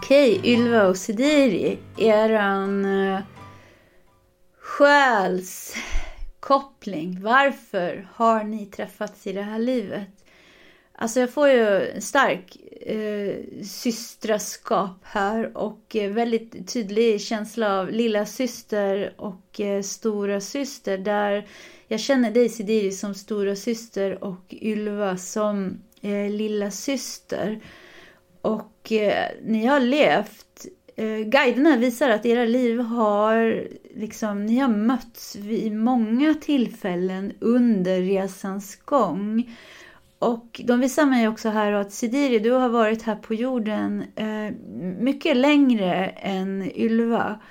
Okej, Ylva och Sidiri, eran själskoppling. Varför har ni träffats i det här livet? Alltså jag får ju en stark systraskap här och väldigt tydlig känsla av lilla syster och stora syster, där jag känner dig, Sidiri, som stora syster och Ylva som lilla syster. Och ni har levt, guiderna visar att era liv har liksom, ni har mötts vid många tillfällen under resans gång. Och de visar mig också här att Sidiri, du har varit här på jorden mycket längre än Ylva.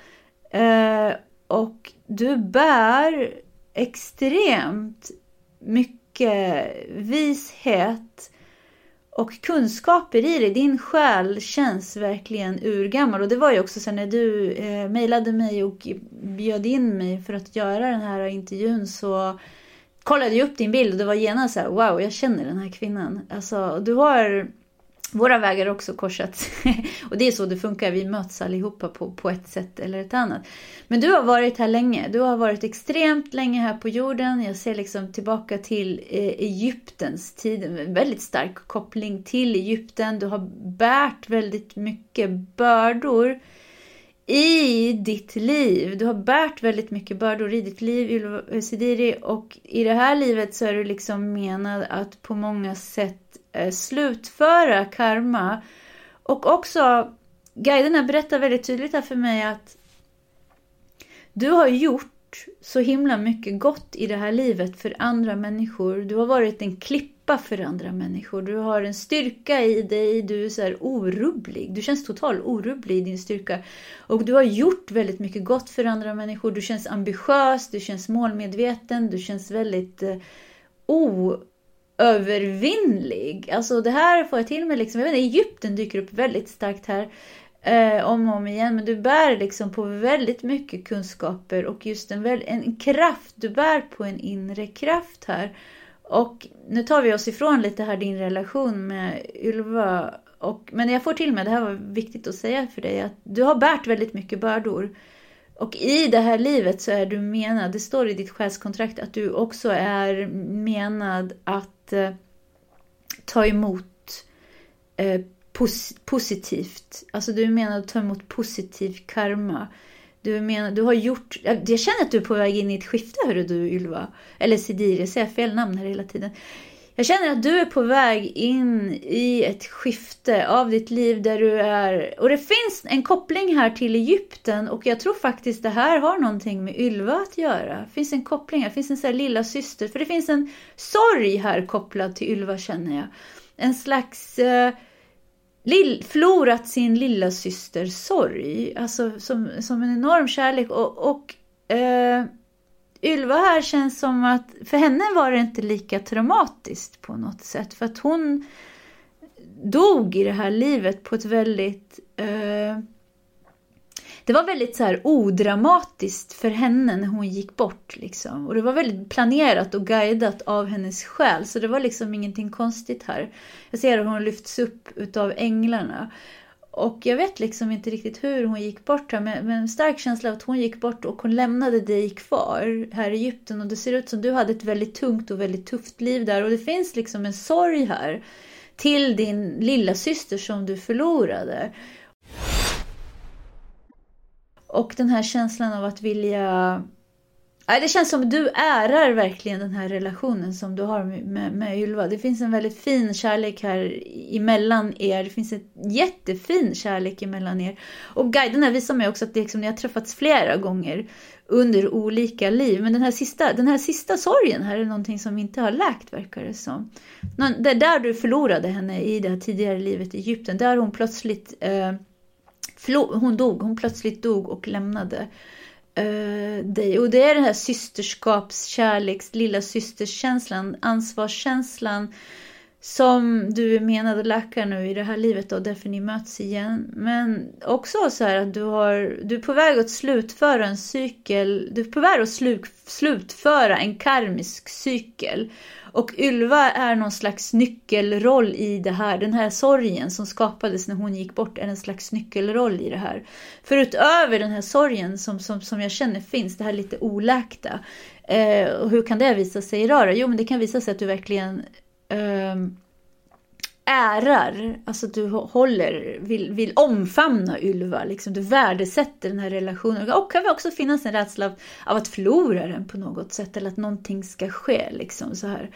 Och du bär extremt mycket vishet och kunskaper i dig. Din själ känns verkligen urgammal. Och det var ju också så när du mejlade mig och bjöd in mig för att göra den här intervjun, så kollade jag upp din bild och det var genast så här: wow, jag känner den här kvinnan. Alltså, du har våra vägar också korsat. Och det är så det funkar, vi möts allihopa på ett sätt eller ett annat. Men du har varit här länge, du har varit extremt länge här på jorden. Jag ser liksom tillbaka till Egyptens tid, en väldigt stark koppling till Egypten. Du har bärt väldigt mycket bördor i ditt liv. Du har bärt väldigt mycket bördor i ditt liv, Sidiri, och i det här livet så är du liksom menad att på många sätt slutföra karma. Och också guiderna berättar väldigt tydligt här för mig att du har gjort så himla mycket gott i det här livet för andra människor. Du har varit en klippa för andra människor. Du har en styrka i dig. Du är så här orubblig. Du känns totalt orubblig i din styrka. Och du har gjort väldigt mycket gott för andra människor. Du känns ambitiös. Du känns målmedveten. Du känns väldigt oövervinnlig. Alltså det här får jag till mig liksom. Jag vet inte, Egypten dyker upp väldigt starkt här. Om och om igen, men du bär liksom på väldigt mycket kunskaper och just en kraft, du bär på en inre kraft här. Och nu tar vi oss ifrån lite här din relation med Ylva, men jag får till mig, det här var viktigt att säga för dig, att du har bärt väldigt mycket bördor. Och i det här livet så är du menad, det står i ditt själskontrakt att du också är menad att ta emot positivt. Alltså du menar att ta emot positiv karma. Du har gjort, jag känner att du är på väg in i ett skifte, hörru du Ylva. Eller Sidiri, jag säger fel namn här hela tiden. Jag känner att du är på väg in i ett skifte av ditt liv där du är, och det finns en koppling här till Egypten, och jag tror faktiskt det här har någonting med Ylva att göra. Det finns en koppling här, det finns en sån här lilla syster, för det finns en sorg här kopplad till Ylva, känner jag. En slags förlorat sin lilla syster sorg, alltså som en enorm kärlek, och Ylva här känns som att för henne var det inte lika traumatiskt på något sätt, för att hon dog i det här livet på ett väldigt det var väldigt så här odramatiskt för henne när hon gick bort liksom. Och det var väldigt planerat och guidat av hennes själ. Så det var liksom ingenting konstigt här. Jag ser att hon lyfts upp utav änglarna. Och jag vet liksom inte riktigt hur hon gick bort här. Men en stark känsla av att hon gick bort och hon lämnade dig kvar här i Egypten. Och det ser ut som du hade ett väldigt tungt och väldigt tufft liv där. Och det finns liksom en sorg här till din lilla syster som du förlorade. Och den här känslan av att vilja... Det känns som att du ärar verkligen den här relationen som du har med Ylva. Det finns en väldigt fin kärlek här emellan er. Det finns en jättefin kärlek emellan er. Och guiderna visar mig också att det liksom, ni har träffats flera gånger under olika liv. Men den här sista sorgen här är någonting som inte har läkt, verkar det som. Där du förlorade henne i det här tidigare livet i Egypten. Där hon plötsligt... Hon plötsligt dog och lämnade dig. Och det är den här systerskaps, kärleks, lilla systerskänslan, ansvarskänslan som du är menad att läka nu i det här livet då, därför ni möts igen. Men också så här att du är på väg att slutföra en cykel, du är på väg att slutföra en karmisk cykel. Och Ylva är någon slags nyckelroll i det här. Den här sorgen som skapades när hon gick bort är en slags nyckelroll i det här. För utöver den här sorgen som jag känner finns, det här lite oläkta. Och hur kan det visa sig röra? Jo, men det kan visa sig att du verkligen ärar, alltså du vill omfamna Ylva, liksom du värdesätter den här relationen, och kan det också finnas en rädsla av att förlora den på något sätt, eller att någonting ska ske liksom så här.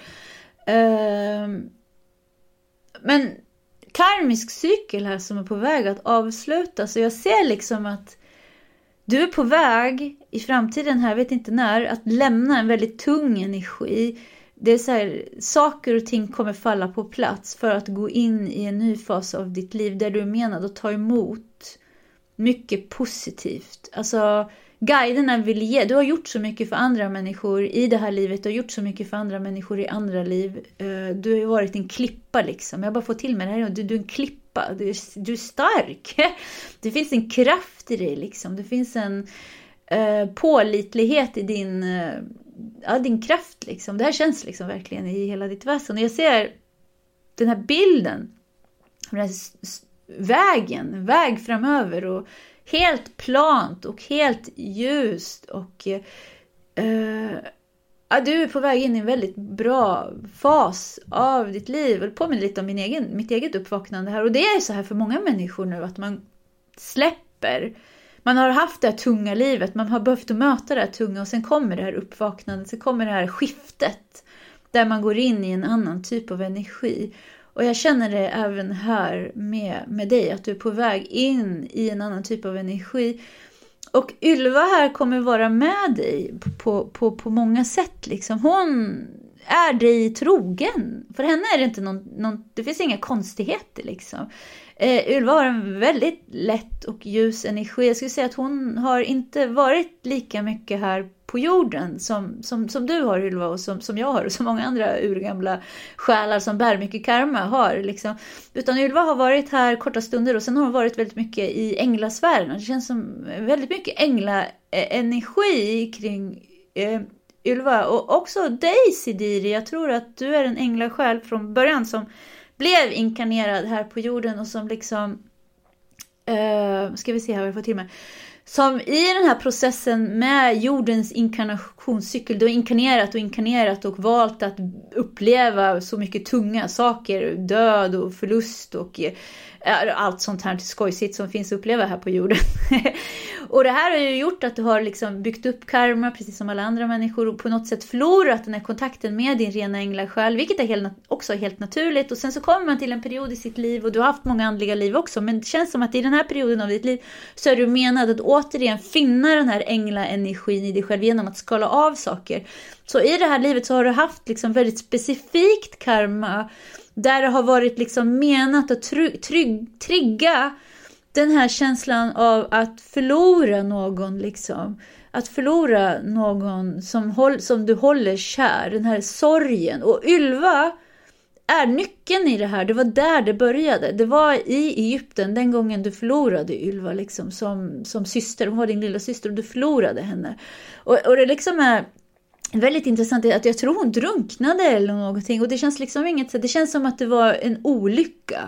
Men karmisk cykel här som är på väg att avslutas, så jag ser liksom att du är på väg i framtiden här, vet inte när, att lämna en väldigt tung energi. Det är så här, saker och ting kommer falla på plats för att gå in i en ny fas av ditt liv där du är menad att ta emot mycket positivt. Alltså guiderna vill ge, du har gjort så mycket för andra människor i det här livet, du har gjort så mycket för andra människor i andra liv. Du har ju varit en klippa liksom. Jag bara får till med det här, du är en klippa, du är stark. Det finns en kraft i dig liksom, det finns en pålitlighet i din kraft liksom. Det här känns liksom verkligen i hela ditt väsen. Och jag ser den här bilden, den här väg framöver, och helt plant och helt ljust, och du är på väg in i en väldigt bra fas av ditt liv. Och det påminner lite om mitt eget uppvaknande här, och det är så här för många människor nu, att man släpper. Man har haft det här tunga livet, man har behövt att möta det här tunga, och sen kommer det här uppvaknandet, sen kommer det här skiftet där man går in i en annan typ av energi. Och jag känner det även här med dig, att du är på väg in i en annan typ av energi. Och Ylva här kommer vara med dig på många sätt liksom. Hon är dig trogen. För henne är det inte det finns inga konstigheter liksom. Ylva har en väldigt lätt och ljus energi. Jag skulle säga att hon har inte varit lika mycket här på jorden som du har, Ylva, och som jag har, och som många andra urgamla själar som bär mycket karma har liksom. Utan Ylva har varit här korta stunder, och sen har hon varit väldigt mycket i änglasfären. Det känns som väldigt mycket änglaenergi kring Ylva, och också dig, Sidiri. Jag tror att du är en änglasjäl från början som blev inkarnerad här på jorden, och som liksom ska vi se här vad jag får till mig, som i den här processen med jordens inkarnationscykel, du har inkarnerat och valt att uppleva så mycket tunga saker, död och förlust och allt sånt här skojsigt som finns att uppleva här på jorden. Och det här har ju gjort att du har liksom byggt upp karma precis som alla andra människor, och på något sätt förlorat den här kontakten med din rena änglasjäl, vilket är också helt naturligt. Och sen så kommer man till en period i sitt liv, och du har haft många andliga liv också, men det känns som att i den här perioden av ditt liv så är du menad att återigen finna den här änglaenergin i dig själv genom att skala av saker. Så i det här livet så har du haft liksom väldigt specifikt karma, där det har varit liksom menat att trigga den här känslan av att förlora någon liksom. Att förlora någon som du håller kär. Den här sorgen. Och Ylva är nyckeln i det här. Det var där det började. Det var i Egypten den gången du förlorade Ylva liksom, som syster. Hon var din lilla syster och du förlorade henne. Och det liksom är väldigt intressant att jag tror hon drunknade eller någonting, och det känns liksom inget så, det känns som att det var en olycka.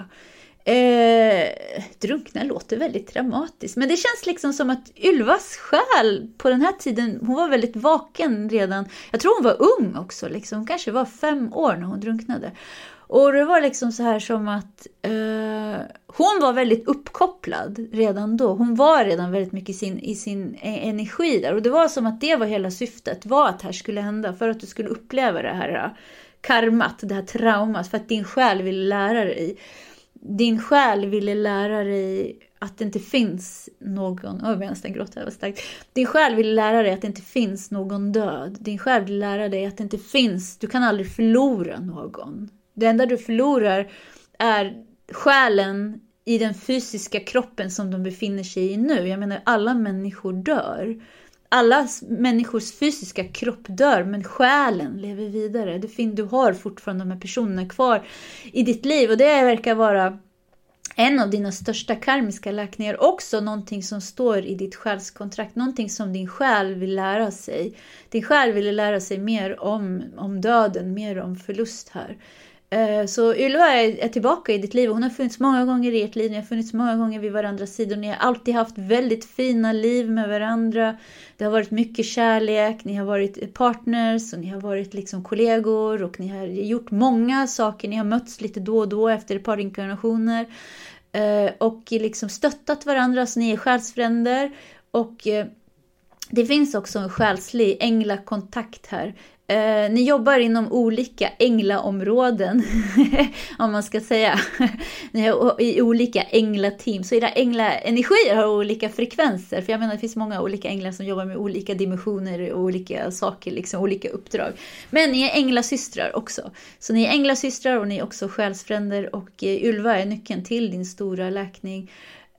Drunkna låter väldigt dramatiskt, men det känns liksom som att Ylvas själ på den här tiden, hon var väldigt vaken redan. Jag tror hon var ung också liksom, hon kanske var 5 år när hon drunknade. Och det var liksom så här som att hon var väldigt uppkopplad redan då. Hon var redan väldigt mycket i sin energi där. Och det var som att det var hela syftet, var att det här skulle hända. För att du skulle uppleva det här karmat, det här traumat. För att din själ ville lära dig. Din själ ville lära dig att det inte finns någon... jag nästan gråter, det var starkt. Din själ ville lära dig att det inte finns någon död. Din själ ville lära dig att det inte finns... Du kan aldrig förlora någon. Det enda du förlorar är själen i den fysiska kroppen som de befinner sig i nu. Jag menar, alla människor dör. alla människors fysiska kropp dör, men själen lever vidare. Du har fortfarande de här personerna kvar i ditt liv, och det verkar vara en av dina största karmiska läkningar. Också någonting som står i ditt själskontrakt, någonting som din själ vill lära sig. Din själ vill lära sig mer om döden, mer om förlust här. Så Ylva är tillbaka i ditt liv, och hon har funnits många gånger i ert liv, ni har funnits många gånger vid varandras sidor, ni har alltid haft väldigt fina liv med varandra, det har varit mycket kärlek, ni har varit partners och ni har varit liksom kollegor, och ni har gjort många saker, ni har mötts lite då och då efter ett par inkarnationer och liksom stöttat varandra, så ni är själsfränder, och det finns också en själslig änglakontakt här. Ni jobbar inom olika änglaområden, om man ska säga. Ni är i olika änglateam, så era änglaenergier har olika frekvenser. För jag menar, det finns många olika änglar som jobbar med olika dimensioner och olika saker, liksom olika uppdrag. Men ni är änglasystrar också. Så ni är änglasystrar och ni är också själsfränder, och Ylva är nyckeln till din stora läkning.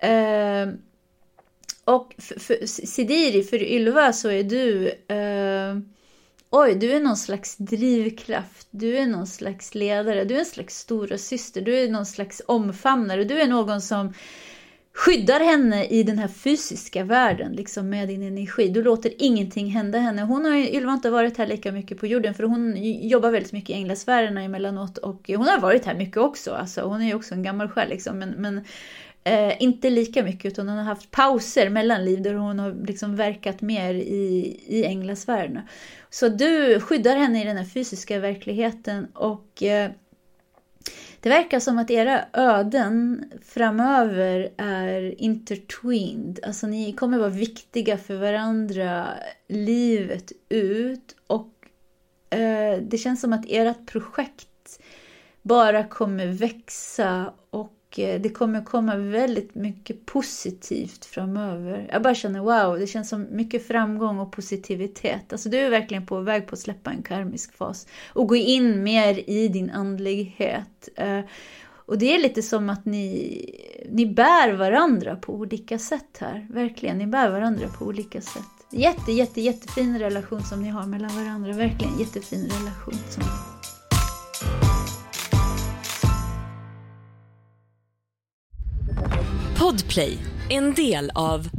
Och för Sidiri, för Ylva så är du... du är någon slags drivkraft, du är någon slags ledare, du är en slags stora syster, du är någon slags omfamnare, du är någon som skyddar henne i den här fysiska världen, liksom med din energi. Du låter ingenting hända henne. Ylva har inte varit här lika mycket på jorden, för hon jobbar väldigt mycket i änglasfärerna emellanåt, och hon har varit här mycket också, alltså hon är ju också en gammal själ liksom, men inte lika mycket, utan hon har haft pauser mellan liv där hon har liksom verkat mer i änglasfärerna. Så du skyddar henne i den här fysiska verkligheten, och det verkar som att era öden framöver är intertwined. Alltså ni kommer vara viktiga för varandra livet ut, och det känns som att ert projekt bara kommer växa, och det kommer komma väldigt mycket positivt framöver. Jag bara känner wow, det känns som mycket framgång och positivitet. Alltså du är verkligen på väg på att släppa en karmisk fas och gå in mer i din andlighet. Och det är lite som att ni bär varandra på olika sätt här. Verkligen, ni bär varandra på olika sätt. Jättefin relation som ni har mellan varandra. Verkligen jättefin relation som ni har. Podplay, en del av